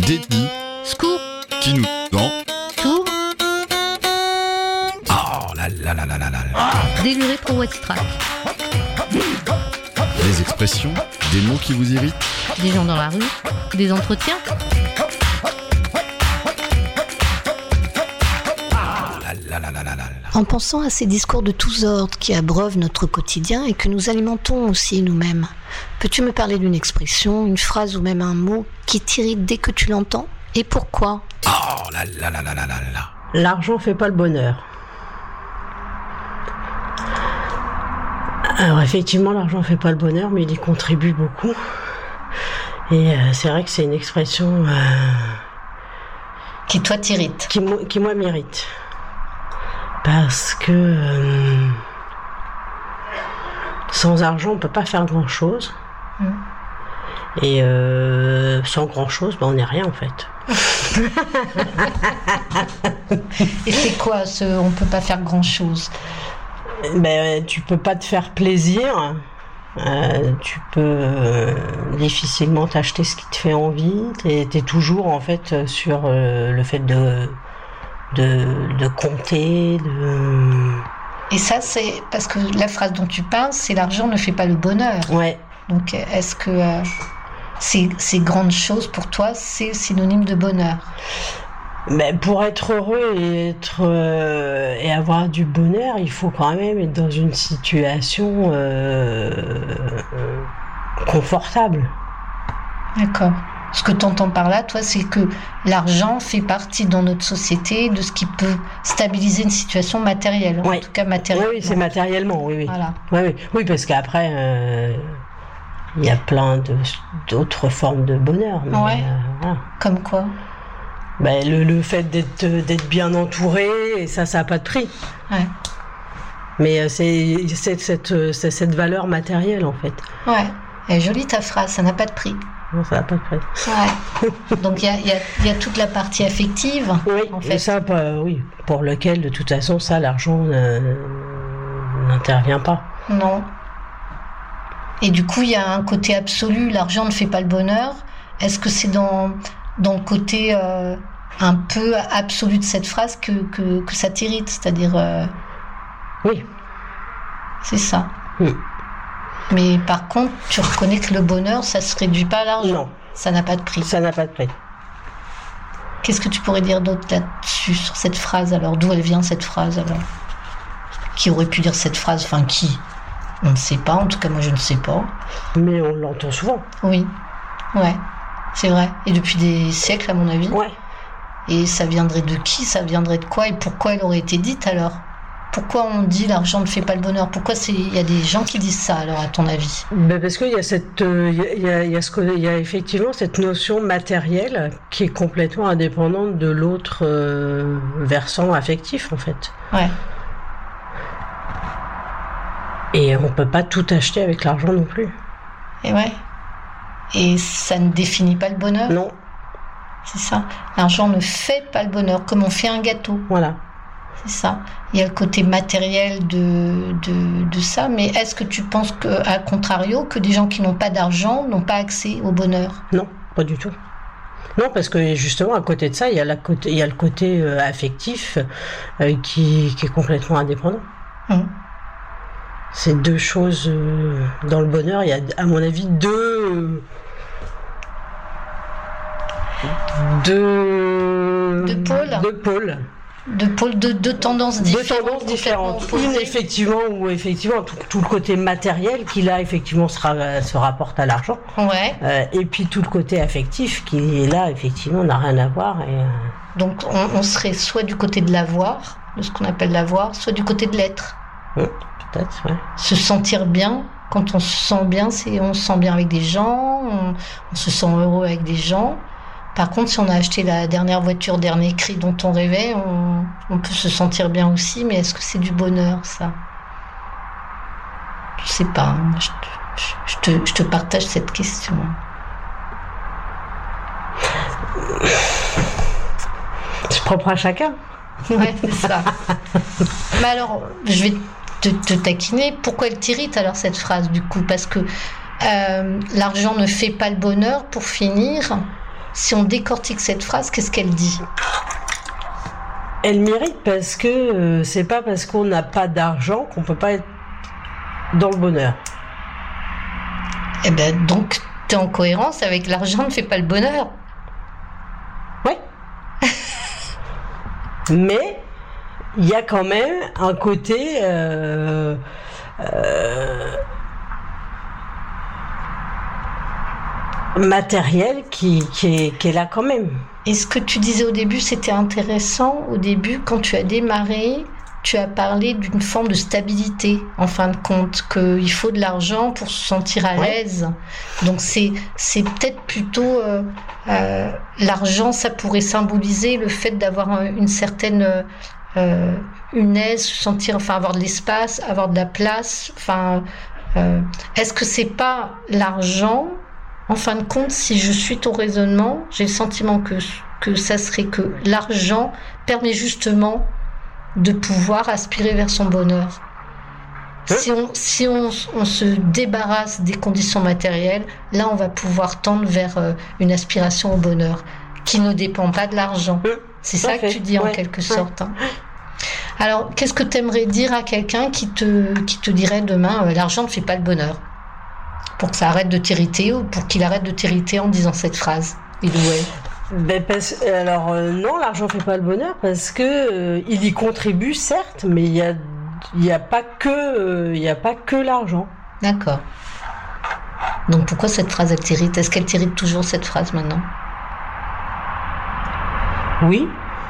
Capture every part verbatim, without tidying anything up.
détenu, Scoop, qui nous vend. tour, Oh là là là là là là là. déluré pro What's Track. Des expressions, des mots qui vous irritent. Des gens dans la rue, des entretiens. Oh là là là là là là. En pensant à ces discours de tous ordres qui abreuvent notre quotidien et que nous alimentons aussi nous-mêmes, peux-tu me parler d'une expression, une phrase ou même un mot qui t'irrite dès que tu l'entends? Et pourquoi? Oh là là là là là là là. L'argent fait pas le bonheur. Alors effectivement, l'argent fait pas le bonheur, mais il y contribue beaucoup. Et euh, c'est vrai que c'est une expression euh, Qui toi t'irrite? qui, mo- qui moi m'irrite. Parce que euh, sans argent, on peut pas faire grand-chose. Mm. Et euh, sans grand-chose, ben, on n'est rien en fait. Et c'est quoi ce on peut pas faire grand-chose? Ben, tu peux pas te faire plaisir. Euh, tu peux euh, difficilement t'acheter ce qui te fait envie. T'es, t'es toujours en fait sur euh, le fait de, de de compter. De... Et ça c'est parce que la phrase dont tu parles, c'est l'argent ne fait pas le bonheur. Ouais. Donc est-ce que euh, ces, ces grandes choses pour toi c'est synonyme de bonheur? Mais pour être heureux et être euh, et avoir du bonheur, il faut quand même être dans une situation euh, confortable. D'accord. Ce que tu entends par là, toi, c'est que l'argent fait partie dans notre société de ce qui peut stabiliser une situation matérielle. En Ouais. tout cas Oui, matérielle. oui, c'est matériellement, oui, oui. Voilà. Oui, oui. Oui, parce qu'après, euh, il y a plein de, d'autres formes de bonheur. Mais, Ouais. euh, voilà. Comme quoi? Ben, le, le fait d'être, d'être bien entouré, et ça, ça n'a pas de prix. Ouais. Mais euh, c'est, c'est, cette, c'est cette valeur matérielle, en fait. Ouais. Elle est jolie ta phrase, ça n'a pas de prix. Non, ça n'a pas de prix. Ouais. Donc il y a, il y, a, il y a toute la partie affective, Oui, en et fait. ça, bah, oui, pour lequel, de toute façon, ça, l'argent euh, n'intervient pas. Non. Et du coup, il y a un côté absolu, l'argent ne fait pas le bonheur. Est-ce que c'est dans, dans le côté euh, un peu absolu de cette phrase que, que, que ça t'irrite? C'est-à-dire, euh, Oui. c'est ça. Oui. Mais par contre, tu reconnais que le bonheur, ça se réduit pas à l'argent. Non. Ça n'a pas de prix. Ça n'a pas de prix. Qu'est-ce que tu pourrais dire d'autre là-dessus, sur cette phrase alors? D'où elle vient cette phrase alors? Qui aurait pu dire cette phrase? Enfin, qui? On ne sait pas, en tout cas moi je ne sais pas. Mais on l'entend souvent. Oui, ouais, c'est vrai. Et depuis des siècles à mon avis. Ouais. Et ça viendrait de qui? Ça viendrait de quoi? Et pourquoi elle aurait été dite alors? Pourquoi on dit l'argent ne fait pas le bonheur? Pourquoi c'est... il y a des gens qui disent ça alors à ton avis? Ben parce qu'il y a cette, euh, il y a, il y a, il y a ce qu'on- il y a effectivement cette notion matérielle qui est complètement indépendante de l'autre euh, versant affectif en fait. Ouais. Et on peut pas tout acheter avec l'argent non plus. Et ouais. Et ça ne définit pas le bonheur? Non, C'est ça. L'argent ne fait pas le bonheur, comme on fait un gâteau. voilà. C'est ça. Il y a le côté matériel de, de, de ça, mais est-ce que tu penses que, à contrario, que des gens qui n'ont pas d'argent n'ont pas accès au bonheur? Non, pas du tout. Non, parce que justement, à côté de ça, il y a, la côté, il y a le côté euh, affectif euh, qui, qui est complètement indépendant. Hum. C'est deux choses euh, dans le bonheur. Il y a, à mon avis, deux. Deux. Deux pôles. Deux pôles. De pôles, de deux tendances Deux différentes. tendances différentes. complètement Une, opposées. effectivement, où effectivement tout, tout le côté matériel qui là effectivement se, ra- se rapporte à l'argent, Ouais. Euh, et puis tout le côté affectif qui est là effectivement n'a rien à voir. Et, euh, Donc on, on serait soit du côté de l'avoir, de ce qu'on appelle l'avoir, soit du côté de l'être. hum, peut-être, ouais. Se sentir bien. Quand on se sent bien, c'est on se sent bien avec des gens, on, on se sent heureux avec des gens. Par contre, si on a acheté la dernière voiture, dernier cri dont on rêvait, on, on peut se sentir bien aussi, mais est-ce que c'est du bonheur, ça? Je sais pas. hein. Je, te, je, te, je te partage cette question. C'est propre à chacun. Ouais, c'est ça. Mais alors, je vais te, te taquiner. Pourquoi elle t'irrite alors cette phrase du coup? Parce que euh, l'argent ne fait pas le bonheur, pour finir. si on décortique cette phrase, qu'est-ce qu'elle dit ? Elle mérite parce que euh, c'est pas parce qu'on n'a pas d'argent qu'on peut pas être dans le bonheur. Eh ben donc, t'es en cohérence avec l'argent ne fait pas le bonheur. Ouais. Mais il y a quand même un côté euh, euh, matériel qui, qui, est, qui est là quand même. Et ce que tu disais au début, c'était intéressant. Au début, quand tu as démarré, tu as parlé d'une forme de stabilité, en fin de compte, qu'il faut de l'argent pour se sentir à Ouais. l'aise. Donc c'est, c'est peut-être plutôt... Euh, euh, l'argent, ça pourrait symboliser le fait d'avoir un- une certaine... Euh, une aise, se sentir, enfin avoir de l'espace, avoir de la place. Enfin, euh, est-ce que c'est pas l'argent? En fin de compte, si je suis ton raisonnement, j'ai le sentiment que, que ça serait que l'argent permet justement de pouvoir aspirer vers son bonheur. Hein? Si, on, si on, on se débarrasse des conditions matérielles, là on va pouvoir tendre vers euh, une aspiration au bonheur qui ne dépend pas de l'argent. Hein? C'est Tout à ça que fait. tu dis en Ouais. quelque Ouais. sorte. Hein. Alors, qu'est-ce que tu aimerais dire à quelqu'un qui te, qui te dirait demain euh, l'argent ne fait pas le bonheur? Pour que ça arrête de t'irriter ou pour qu'il arrête de t'irriter en disant cette phrase? Il ouais. Ben parce, alors euh, non, l'argent fait pas le bonheur parce que euh, il y contribue certes, mais il y a il y a pas que euh, il y a pas que l'argent. D'accord. Donc pourquoi cette phrase elle t'irrite? Est-ce qu'elle t'irrite toujours cette phrase maintenant? Oui.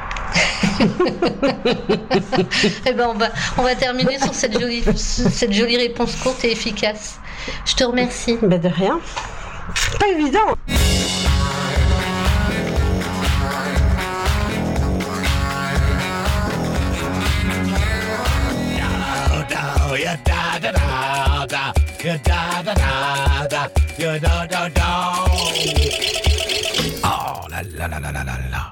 Eh ben on va on va terminer sur cette jolie cette jolie réponse courte et efficace. Je te remercie. Ben de rien. Pas évident. Oh, ya da da da da, ya da da da da, ya da da da. Oh la la la la la la la.